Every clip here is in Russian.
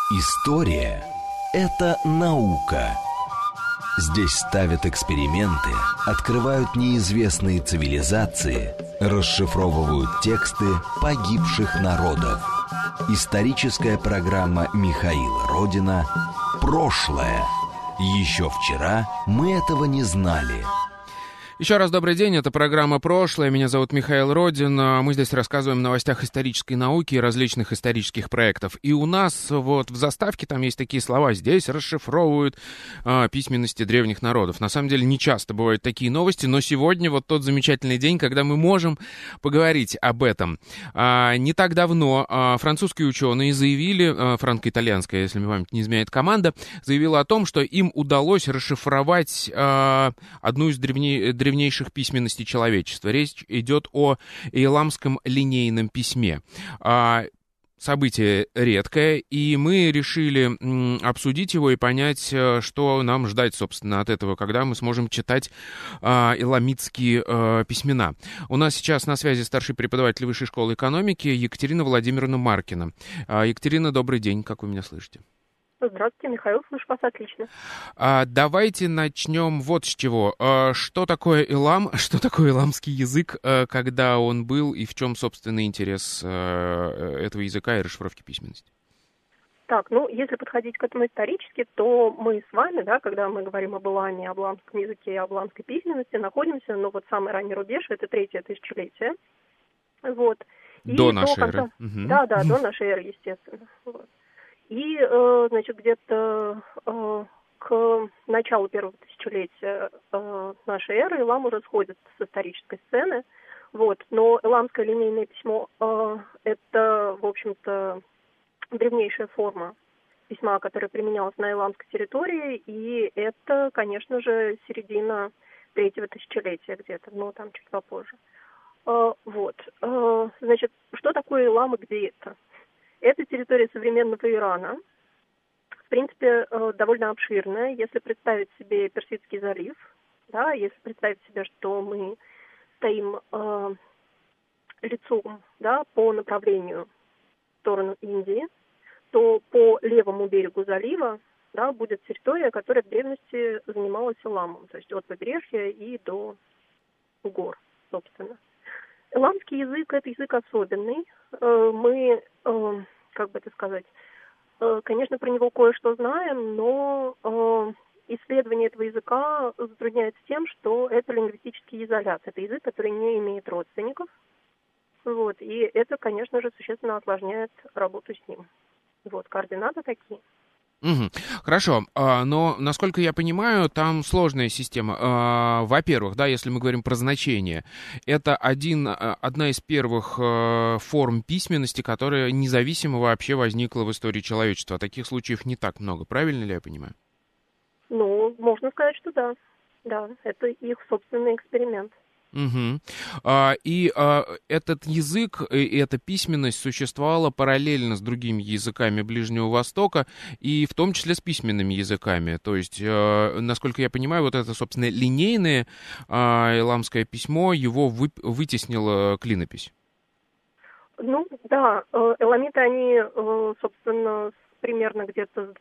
История – это наука. Здесь ставят эксперименты, открывают неизвестные цивилизации, расшифровывают тексты погибших народов. Историческая программа Михаила Родина «Прошлое». Еще вчера мы этого не знали. Еще раз добрый день, это программа «Прошлое», меня зовут Михаил Родин, мы здесь рассказываем о новостях исторической науки и различных исторических проектов. И у нас вот в заставке там есть такие слова, здесь расшифровывают письменности древних народов. На самом деле не часто бывают такие новости, но сегодня вот тот замечательный день, когда мы можем поговорить об этом. Не так давно французские ученые заявили, франко-итальянская, если мне память не изменяет команда, заявила о том, что им удалось расшифровать одну из древнейших письменностей человечества. Речь идет о эламском линейном письме. Событие редкое, и мы решили обсудить его и понять, что нам ждать, собственно, от этого, когда мы сможем читать эламитские письмена. У нас сейчас на связи старший преподаватель Высшей школы экономики Екатерина Владимировна Маркина. Екатерина, добрый день, как вы меня слышите? Здравствуйте, Михаил, слышу вас отлично. Давайте начнем вот с чего. Что такое элам, что такое эламский язык, когда он был, и в чем, собственно, интерес этого языка и расшифровки письменности? Так, если подходить к этому исторически, то мы с вами, да, когда мы говорим об эламе, об эламском языке и об эламской письменности, находимся, самый ранний рубеж, это третье тысячелетие. Вот. До нашей эры. Да, до нашей эры, естественно. Вот. И, где-то к началу первого тысячелетия нашей эры элам уже сходит с исторической сцены. Вот. Но эламское линейное письмо это, в общем-то, древнейшая форма письма, которая применялась на эламской территории, и это, конечно же, середина третьего тысячелетия где-то, но там чуть попозже. Вот. Что такое элам и где это? Это территория современного Ирана, в принципе, довольно обширная. Если представить себе Персидский залив, да, если представить себе, что мы стоим лицом, да, по направлению в сторону Индии, то по левому берегу залива, да, будет территория, которая в древности занималась эламом, то есть от побережья и до гор, собственно. Эламский язык – это язык особенный. Мы, конечно, про него кое-что знаем, но исследование этого языка затрудняется тем, что это лингвистический изолят. Это язык, который не имеет родственников. Вот, и это, конечно же, существенно осложняет работу с ним. Вот, координаты такие. Угу. Хорошо, но, насколько я понимаю, там сложная система. Во-первых, да, если мы говорим про значение, это одна из первых форм письменности, которая независимо вообще возникла в истории человечества. Таких случаев не так много, правильно ли я понимаю? Можно сказать, что да. Да, это их собственный эксперимент. Угу. Этот язык и эта письменность существовала параллельно с другими языками Ближнего Востока, и в том числе с письменными языками. То есть, насколько я понимаю, вот это, собственно, линейное эламское письмо, его вытеснила клинопись. Да, эламиты, они, собственно, примерно где-то с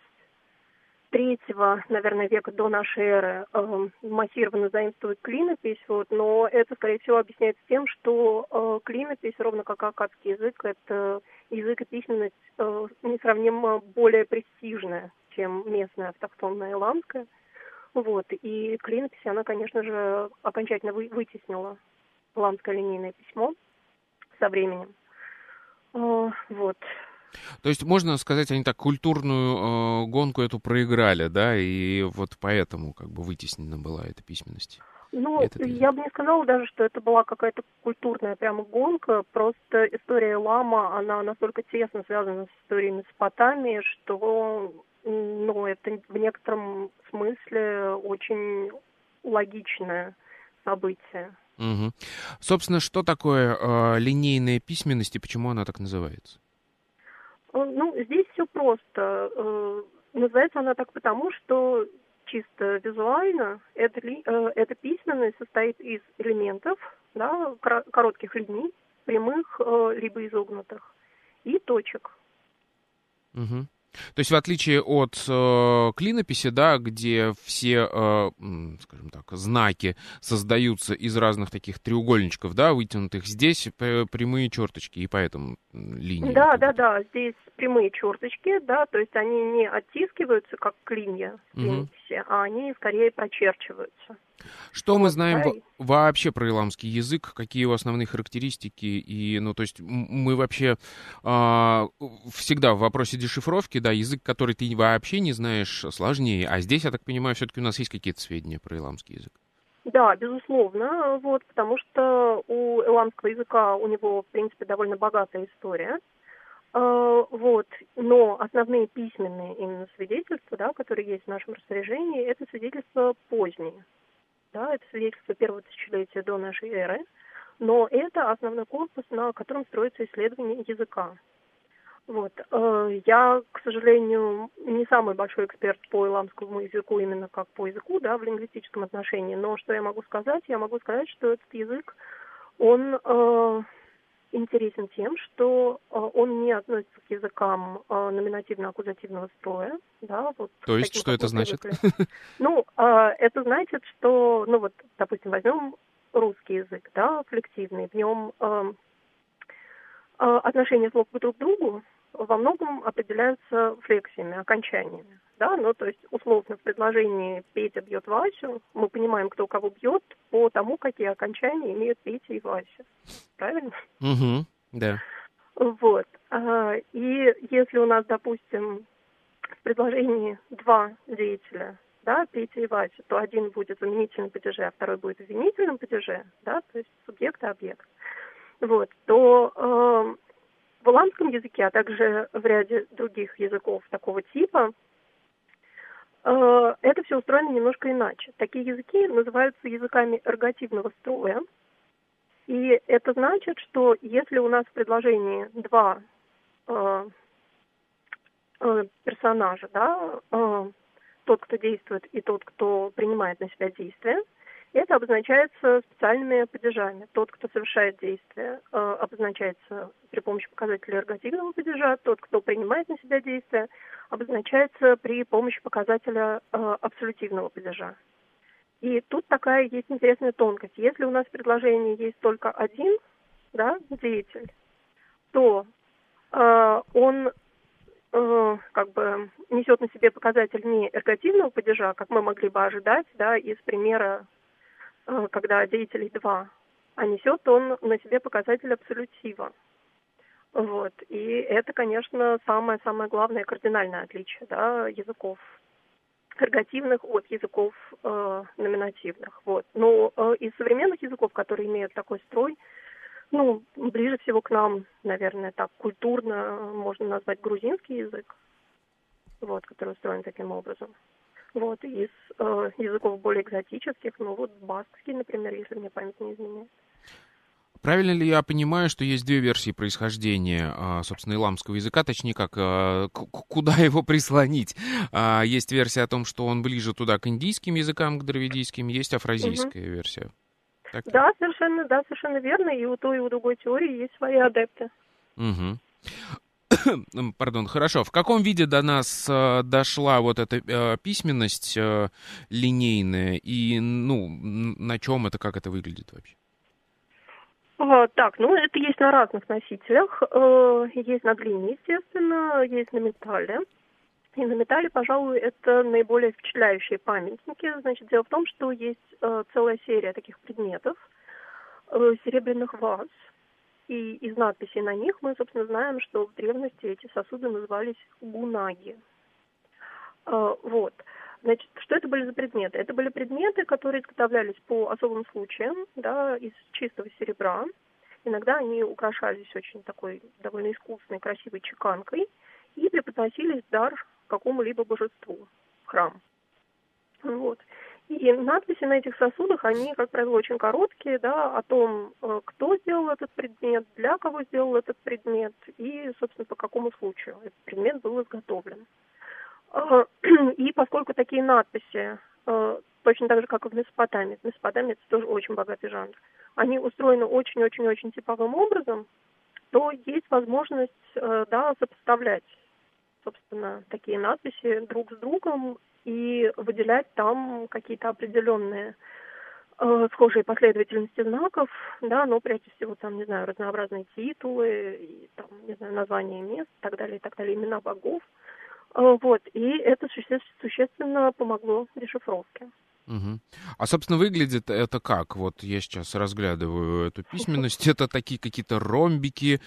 23-го, наверное, века до нашей эры массированно заимствуют клинопись, но это, скорее всего, объясняется тем, что клинопись, ровно как аккадский язык, это язык и письменность несравнимо более престижная, чем местная автохтонная эламская. Вот, и клинопись, она, конечно же, окончательно вытеснила эламское линейное письмо со временем. Вот. То есть, можно сказать, они так культурную гонку эту проиграли, да, и вот поэтому как бы вытеснена была эта письменность. Я бы не сказала даже, что это была какая-то культурная прямо гонка, просто история элама, она настолько тесно связана с историей Месопотамии, что, это в некотором смысле очень логичное событие. Угу. Собственно, что такое линейная письменность и почему она так называется? Здесь все просто. Называется она так потому, что чисто визуально эта письменность состоит из элементов, да, коротких линий, прямых либо изогнутых, и точек. Угу. То есть в отличие от клинописи, да, где все, скажем так, знаки создаются из разных таких треугольничков, да, вытянутых, здесь прямые черточки, и поэтому линии. Да, здесь прямые черточки, да, то есть они не оттискиваются, как клинья в клинописи, а они скорее прочерчиваются. Что мы знаем вообще про иламский язык? Какие его основные характеристики? И, ну, то есть мы вообще всегда в вопросе дешифровки, да, язык, который ты вообще не знаешь, сложнее. А здесь, я так понимаю, все-таки у нас есть какие-то сведения про иламский язык. Да, безусловно, вот, потому что у иламского языка у него, в принципе, довольно богатая история. Вот, но основные письменные именно свидетельства, да, которые есть в нашем распоряжении, это свидетельства поздние. Да, это свидетельство первого тысячелетия до нашей эры, но это основной корпус, на котором строится исследование языка. Вот. Я, к сожалению, не самый большой эксперт по иламскому языку, именно как по языку, да, в лингвистическом отношении, но что я могу сказать? Я могу сказать, что этот язык, он интересен тем, что он не относится к языкам номинативно-аккузативного строя. Да, вот, то есть, что это значит? Ну, это значит, что, ну вот, допустим, возьмем русский язык, да, флективный, в нем отношения слов друг к другу во многом определяются флексиями, окончаниями. Да, ну, то есть, условно, в предложении «Петя бьет Васю» мы понимаем, кто кого бьет по тому, какие окончания имеют Петя и Вася. Правильно? Да. Вот. И если у нас, допустим, в предложении два деятеля, да, Петя и Вася, то один будет в заменительном падеже, а второй будет в винительном падеже, да, то есть субъект и объект. Вот, то в иламском языке, а также в ряде других языков такого типа, это все устроено немножко иначе. Такие языки называются языками эргативного строя. И это значит, что если у нас в предложении два персонажа, да, тот, кто действует, и тот, кто принимает на себя действие, это обозначается специальными падежами. Тот, кто совершает действие, обозначается при помощи показателя эргативного падежа, тот, кто принимает на себя действие, обозначается при помощи показателя абсолютивного падежа. И тут такая есть интересная тонкость. Если у нас в предложении есть только один, да, деятель, то он как бы несет на себе показатель не эргативного падежа, как мы могли бы ожидать, да, из примера, когда деятелей два, а несет он на себе показатель абсолютива. Вот. И это, конечно, самое главное кардинальное отличие, да, языков эргативных от языков номинативных. Вот. Но из современных языков, которые имеют такой строй, ну, ближе всего к нам, наверное, так культурно можно назвать грузинский язык, вот, который устроен таким образом. Вот, из языков более экзотических, ну, вот баскский, например, если мне память не изменяет. Правильно ли я понимаю, что есть две версии происхождения, собственно, иламского языка, точнее, как, куда его прислонить? Есть версия о том, что он ближе туда к индийским языкам, к дравидийским, есть афразийская версия. Так? Да, совершенно верно, и у той, и у другой теории есть свои адепты. Пардон, хорошо. В каком виде до нас дошла вот эта письменность линейная, и, ну, на чем это, как это выглядит вообще? Так, ну, это есть на разных носителях. Есть на глине, естественно, есть на металле. И на металле, пожалуй, это наиболее впечатляющие памятники. Значит, дело в том, что есть целая серия таких предметов, серебряных ваз. И из надписей на них мы, собственно, знаем, что в древности эти сосуды назывались гунаги. Вот. Значит, что это были за предметы? Это были предметы, которые изготовлялись по особым случаям, да, из чистого серебра. Иногда они украшались очень такой довольно искусной, красивой чеканкой и преподносились в дар какому-либо божеству в храм. Вот. И надписи на этих сосудах, они, как правило, очень короткие, да, о том, кто сделал этот предмет, для кого сделал этот предмет и, собственно, по какому случаю этот предмет был изготовлен. И поскольку такие надписи, точно так же, как и в Месопотамии это тоже очень богатый жанр, они устроены очень-очень-очень типовым образом, то есть возможность, да, сопоставлять собственно, такие надписи друг с другом и выделять там какие-то определенные схожие последовательности знаков, да, но прежде всего там, не знаю, разнообразные титулы, и, там, не знаю, названия мест, и так далее, имена богов. Вот, и это существенно помогло дешифровке. Мгм. А, собственно, выглядит это как? Вот я сейчас разглядываю эту письменность. Это такие какие-то ромбики,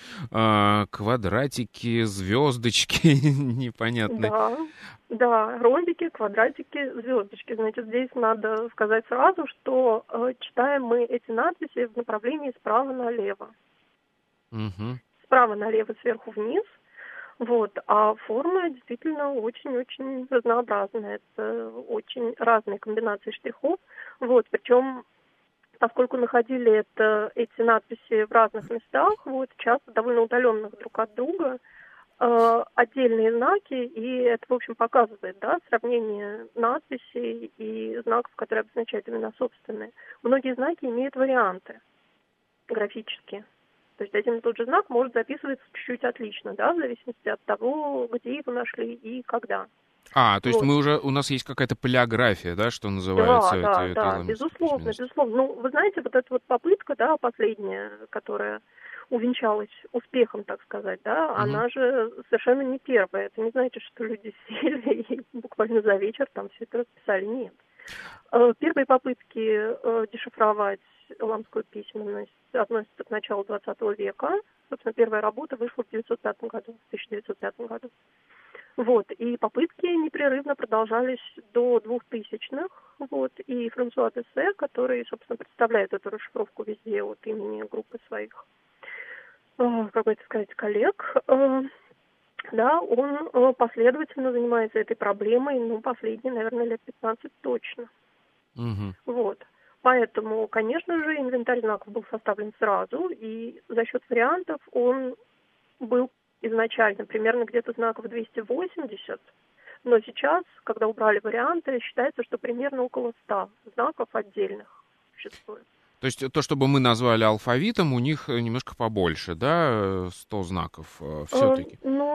квадратики, звездочки непонятные. Да, ромбики, квадратики, звездочки. Значит, здесь надо сказать сразу, что читаем мы эти надписи в направлении справа налево. Мгм. Справа налево, сверху вниз. Вот, а форма действительно очень-очень разнообразная. Это очень разные комбинации штрихов. Вот, причем, поскольку находили эти надписи в разных местах, вот, часто довольно удаленных друг от друга, отдельные знаки, и это, в общем, показывает, да, сравнение надписей и знаков, которые обозначают имена собственные. Многие знаки имеют варианты графические. То есть один и тот же знак может записываться чуть-чуть отлично, да, в зависимости от того, где его нашли и когда. То есть Вот. у нас есть какая-то полиография, да, что называется, этой ламинской безусловно. письменности. Ну, вы знаете, вот эта вот попытка, да, последняя, которая увенчалась успехом, так сказать, да, она же совершенно не первая. Это не значит, что люди сели и буквально за вечер там все это расписали. Нет. Первые попытки дешифровать ламскую письменность относятся к началу XX века. Собственно, первая работа вышла в 1905 году. Вот, и попытки непрерывно продолжались до 2000-х. Вот, и Франсуа Тессе, который, собственно, представляет эту расшифровку везде от имени группы своих, как бы это сказать, коллег, да, он последовательно занимается этой проблемой, ну, последние, наверное, лет 15 точно. Вот. Поэтому, конечно же, инвентарь знаков был составлен сразу, и за счет вариантов он был изначально примерно где-то знаков 280, но сейчас, когда убрали варианты, считается, что примерно около 100 знаков отдельных существует. То есть то, что бы мы назвали алфавитом, у них немножко побольше, да, 100 знаков все-таки?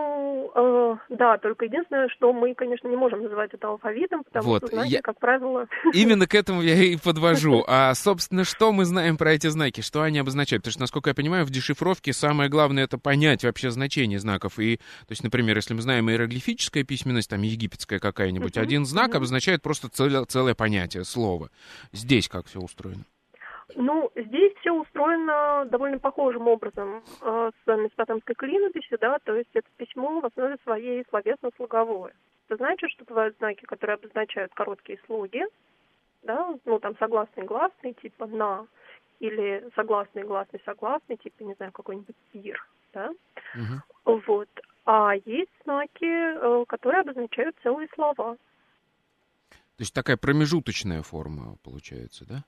Да, только единственное, что мы, конечно, не можем называть это алфавитом, потому что знаки, как правило... Именно к этому я и подвожу. А, собственно, что мы знаем про эти знаки? Что они обозначают? Потому что, насколько я понимаю, в дешифровке самое главное — это понять вообще значение знаков. И, то есть, например, если мы знаем иероглифическая письменность, там, египетская какая-нибудь, один знак обозначает просто целое понятие, слово. Здесь как все устроено? Ну, здесь все устроено довольно похожим образом с месопотамской клинописью, да, то есть это письмо в основе своей словесно-слоговое. Это значит, что бывают знаки, которые обозначают короткие слоги, да, ну, там согласный-гласный, типа «на», или согласный-гласный, согласный, типа, не знаю, какой-нибудь «пир», да, вот. А есть знаки, которые обозначают целые слова. То есть такая промежуточная форма получается, да?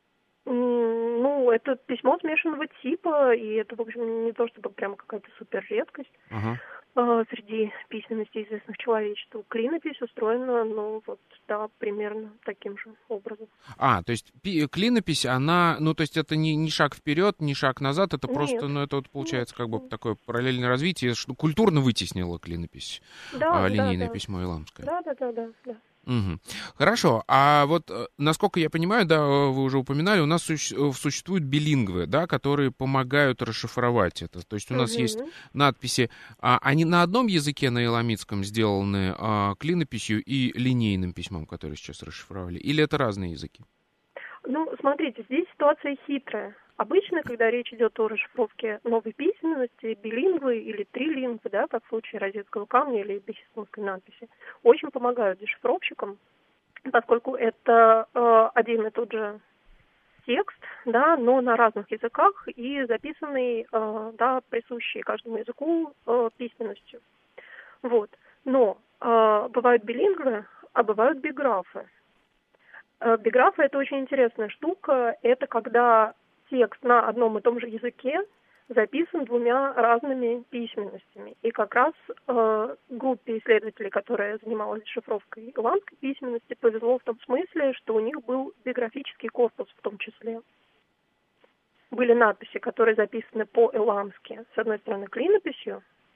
Ну, это письмо смешанного типа, и это, в общем, не то чтобы прямо какая-то супер редкость среди письменностей, известных человечеству. Клинопись устроена, ну, вот, да, примерно таким же образом. То есть клинопись, она, ну, то есть это не шаг вперед, не шаг назад, это просто, ну, это вот получается как бы такое параллельное развитие, что культурно вытеснило клинопись, линейное письмо иламское. Да. Хорошо, а вот, насколько я понимаю, да, вы уже упоминали, у нас существуют билингвы, да, которые помогают расшифровать это. То есть у нас есть надписи, они на одном языке, на иламитском, сделаны клинописью и линейным письмом, которое сейчас расшифровали, или это разные языки? Ну, смотрите, здесь ситуация хитрая. Обычно, когда речь идет о расшифровке новой письменности, билингвы или трилингвы, да, как в случае розетского камня или бесчисленской надписи, очень помогают дешифровщикам, поскольку это один и тот же текст, да, но на разных языках и записанный, да, присущий каждому языку письменностью. Вот. Но бывают билингвы, а бывают биграфы. Биграфы — это очень интересная штука. Это когда текст на одном и том же языке записан двумя разными письменностями. И как раз группе исследователей, которая занималась дешифровкой иламской письменности, повезло в том смысле, что у них был биграфический корпус в том числе. Были надписи, которые записаны по-иламски, с одной стороны, клинописью,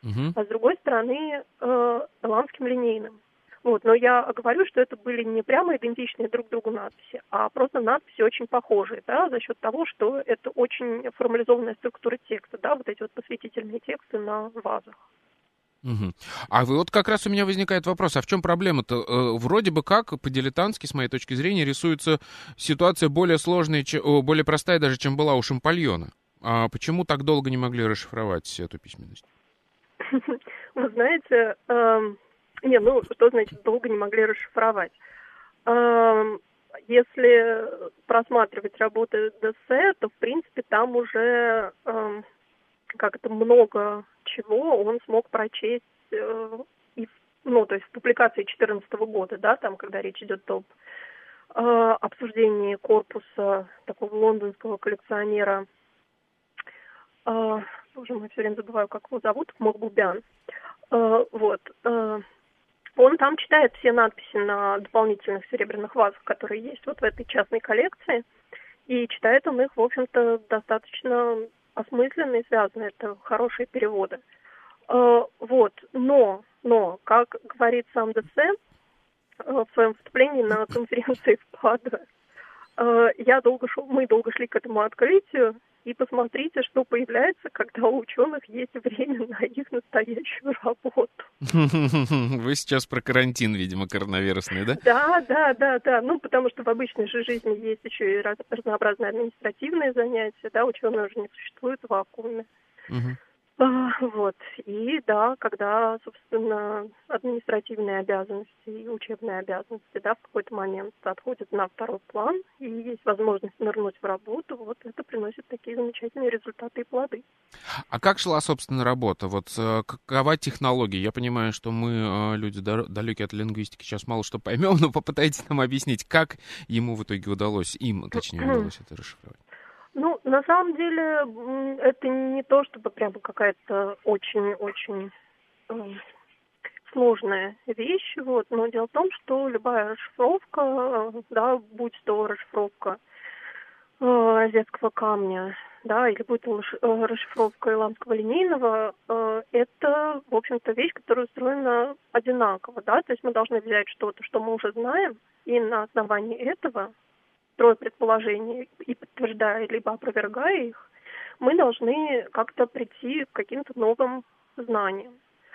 а с другой стороны эландским линейным. Вот, но я говорю, что это были не прямо идентичные друг другу надписи, а просто надписи очень похожие, да, за счет того, что это очень формализованная структура текста, да, вот эти вот посвятительные тексты на вазах. Угу. А вот как раз у меня возникает вопрос, а в чем проблема-то? Вроде бы как по-дилетантски, с моей точки зрения, рисуется ситуация более сложная, более простая даже, чем была у Шампальона. А почему так долго не могли расшифровать эту письменность? Вы знаете, что значит долго не могли расшифровать? Если просматривать работы Дессе, то, в принципе, там уже много чего он смог прочесть, то есть в публикации 2014 года, да, там, когда речь идет об обсуждении корпуса такого лондонского коллекционера, боже мой, все время забываю, как его зовут, Махбубян. Он там читает все надписи на дополнительных серебряных вазах, которые есть вот в этой частной коллекции, и читает он их, в общем-то, достаточно осмысленно и связано. Это хорошие переводы. Но, как говорит сам Дессе в своем выступлении на конференции в Падуе, мы долго шли к этому открытию, и посмотрите, что появляется, когда у ученых есть время на их настоящую работу. Вы сейчас про карантин, видимо, коронавирусный, да? Да. Потому что в обычной же жизни есть еще и разнообразные административные занятия, да, ученые уже не существуют в вакууме. И да, когда, собственно, административные обязанности и учебные обязанности, да, в какой-то момент отходят на второй план, и есть возможность нырнуть в работу, вот это приносит такие замечательные результаты и плоды. А как шла, собственно, работа? Вот какова технология? Я понимаю, что мы, люди далекие от лингвистики, сейчас мало что поймем, но попытайтесь нам объяснить, как ему в итоге удалось это расшифровать. На самом деле, это не то, чтобы прямо какая-то очень-очень сложная вещь, но дело в том, что любая расшифровка, да, будь то расшифровка азиатского камня, да, или будь то расшифровка иламского линейного, это, в общем-то, вещь, которая устроена одинаково, да, то есть мы должны взять что-то, что мы уже знаем, и на основании этого, строя предположения и подтверждая либо опровергая их, мы должны как-то прийти к каким-то новым знаниям.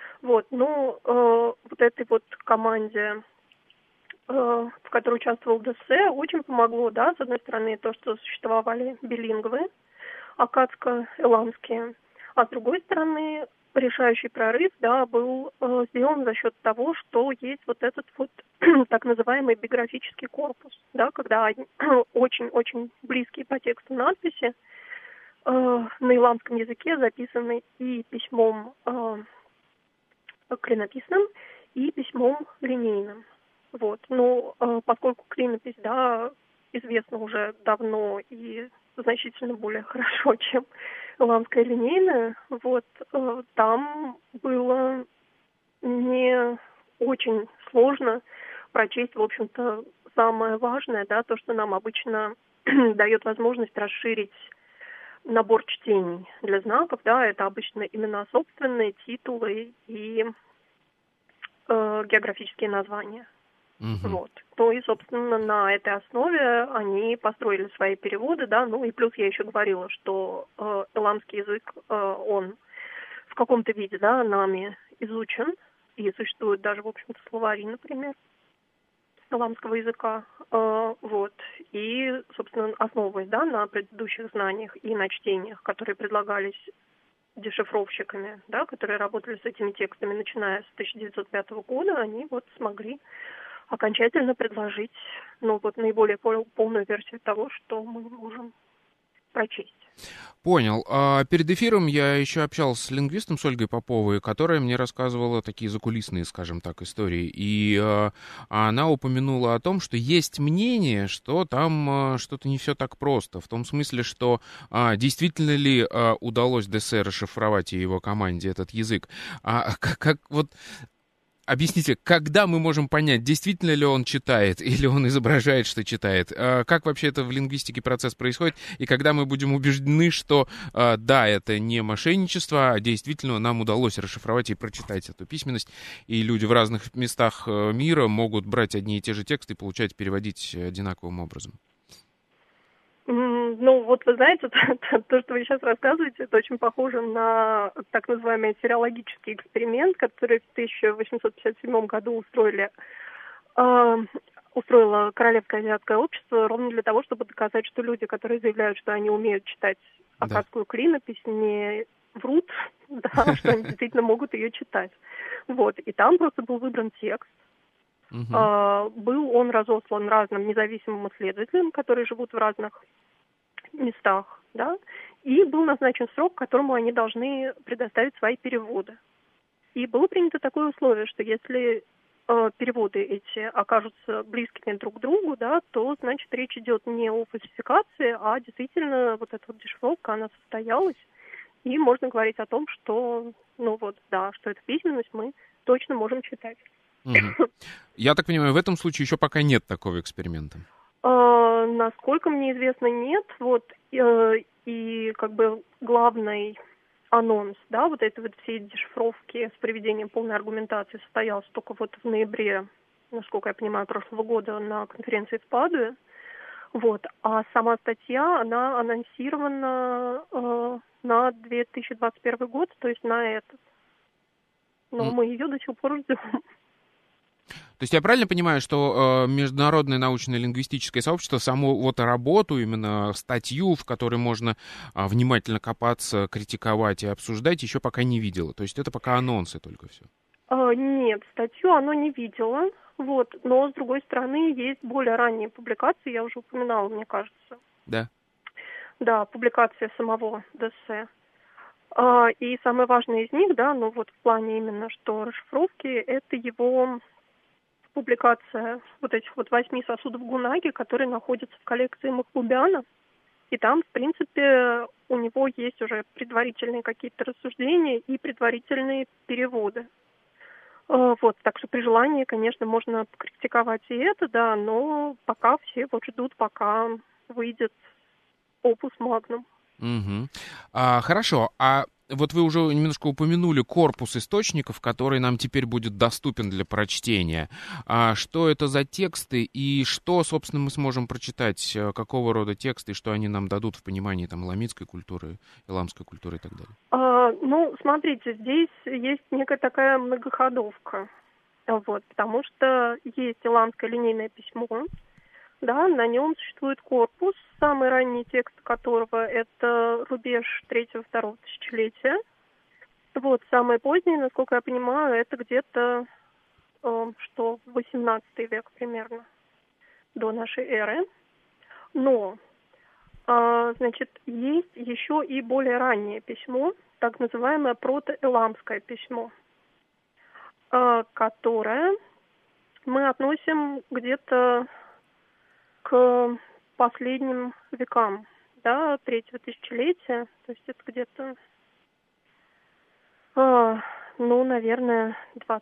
Этой команде, в которой участвовал Дессе, очень помогло, да, с одной стороны, то, что существовали билингвы, аккадско-эландские, а с другой стороны, решающий прорыв, да, был сделан за счет того, что есть вот этот так называемый биграфический корпус, да, когда очень-очень близкие по тексту надписи на иламском языке записаны и письмом клинописным, и письмом линейным. Поскольку клинопись, да, известна уже давно и значительно более хорошо, чем иламская линейная, там было не очень сложно прочесть, в общем-то, самое важное, да, то, что нам обычно дает возможность расширить набор чтений для знаков, да, это обычно имена собственные, титулы и географические названия. И, собственно, на этой основе они построили свои переводы, да, и плюс я еще говорила, что эламский язык, он в каком-то виде, да, нами изучен, и существует даже, в общем-то, словари, например, эламского языка, и, собственно, основываясь, да, на предыдущих знаниях и на чтениях, которые предлагались дешифровщиками, да, которые работали с этими текстами, начиная с 1905 года, они смогли окончательно предложить, наиболее полную версию того, что мы можем прочесть. Понял. Перед эфиром я еще общался с лингвистом, с Ольгой Поповой, которая мне рассказывала такие закулисные, скажем так, истории. И она упомянула о том, что есть мнение, что там что-то не все так просто. В том смысле, что действительно ли удалось Дессе расшифровать и его команде этот язык. Объясните, когда мы можем понять, действительно ли он читает или он изображает, что читает? Как вообще это в лингвистике процесс происходит? И когда мы будем убеждены, что да, это не мошенничество, а действительно нам удалось расшифровать и прочитать эту письменность, и люди в разных местах мира могут брать одни и те же тексты и получать, переводить одинаковым образом? Ну, вот вы знаете, то, что вы сейчас рассказываете, это очень похоже на так называемый сериологический эксперимент, который в 1857 году устроило Королевское азиатское общество ровно для того, чтобы доказать, что люди, которые заявляют, что они умеют читать аккадскую клинопись, не врут, да, что они действительно могут ее читать. Вот, и там просто был выбран текст. Был он разослан разным независимым исследователям, которые живут в разных местах, да, и был назначен срок, к которому они должны предоставить свои переводы. И было принято такое условие, что если переводы эти окажутся близкими друг к другу, да, то, значит, речь идет не о фальсификации, а действительно вот эта вот дешифровка, она состоялась, и можно говорить о том, что, ну вот, да, что эту письменность мы точно можем читать. Я так понимаю, в этом случае еще пока нет такого эксперимента. Насколько мне известно, нет. Вот, и как бы главный анонс, да, вот этой вот всей дешифровки с приведением полной аргументации состоялся только вот в ноябре, насколько я понимаю, прошлого года на конференции в Падуе. Вот. А сама статья, она анонсирована на 2021 год, то есть на этот. Но мы ее до сих пор ждем. То есть я правильно понимаю, что международное научное лингвистическое сообщество саму вот работу, именно статью, в которой можно внимательно копаться, критиковать и обсуждать, еще пока не видело? То есть это пока анонсы только все? Нет, статью оно не видело. Вот. Но, с другой стороны, есть более ранние публикации, я уже упоминала, мне кажется. Да. Да, публикация самого ДС. И самое важное из них, да, ну вот в плане именно что расшифровки, это его публикация вот этих вот 8 сосудов Гунаги, которые находятся в коллекции Махбубяна. И там, в принципе, у него есть уже предварительные какие-то рассуждения и предварительные переводы. Вот, так что при желании, конечно, можно покритиковать и это, да, но пока все вот ждут, пока выйдет опус магнум. Угу. Хорошо, вот вы уже немножко упомянули корпус источников, который нам теперь будет доступен для прочтения. Что это за тексты и что, собственно, мы сможем прочитать, какого рода тексты и что они нам дадут в понимании там эламитской культуры, эламской культуры и так далее? Ну, смотрите, здесь есть некая такая многоходовка, вот, потому что есть эламское линейное письмо, да, на нем существует корпус, самый ранний текст которого это рубеж 3-2 тысячелетия. Вот, самый поздний, насколько я понимаю, это где-то, что 18 век примерно, до нашей эры. Но, значит, есть еще и более раннее письмо, так называемое протоэламское письмо, которое мы относим где-то к последним векам, да, 3-го тысячелетия, то есть это где-то, ну, наверное,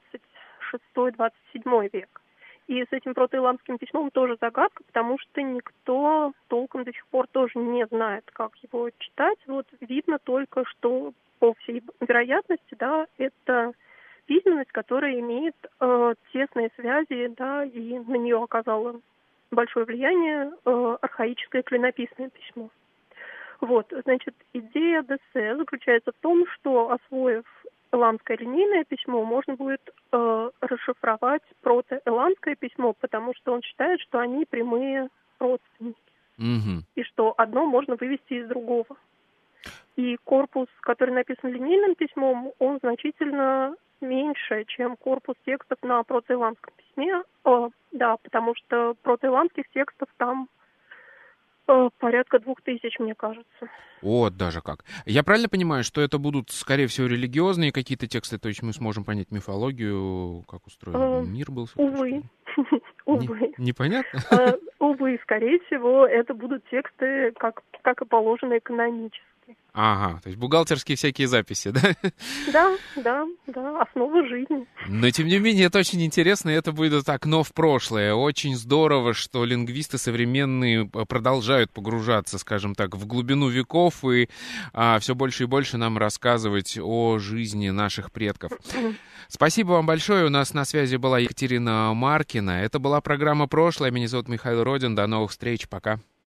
26-27 век. И с этим протоэламским письмом тоже загадка, потому что никто толком до сих пор тоже не знает, как его читать. Вот видно только, что по всей вероятности, да, это письменность, которая имеет тесные связи, да, и на нее оказала большое влияние архаическое клинописное письмо. Вот, значит, идея ДС заключается в том, что, освоив эламское линейное письмо, можно будет расшифровать протоэламское письмо, потому что он считает, что они прямые родственники. И что одно можно вывести из другого. И корпус, который написан линейным письмом, он значительно меньше, чем корпус текстов на протоэламском письме. Да, потому что протоэламских текстов там порядка 2000, мне кажется. Вот даже как. Я правильно понимаю, что это будут, скорее всего, религиозные какие-то тексты, то есть мы сможем понять мифологию, как устроен мир был? Увы. Увы. Непонятно? Увы, скорее всего, это будут тексты, как и положено, канонические. бухгалтерии. Ага, то есть бухгалтерские всякие записи, да? Да, основа жизни. Но, тем не менее, это очень интересно, и это будет окно в прошлое. Очень здорово, что лингвисты современные продолжают погружаться, скажем так, в глубину веков и все больше и больше нам рассказывать о жизни наших предков. Спасибо вам большое. У нас на связи была Екатерина Маркина. Это была программа «Прошлое». Меня зовут Михаил Родин. До новых встреч. Пока.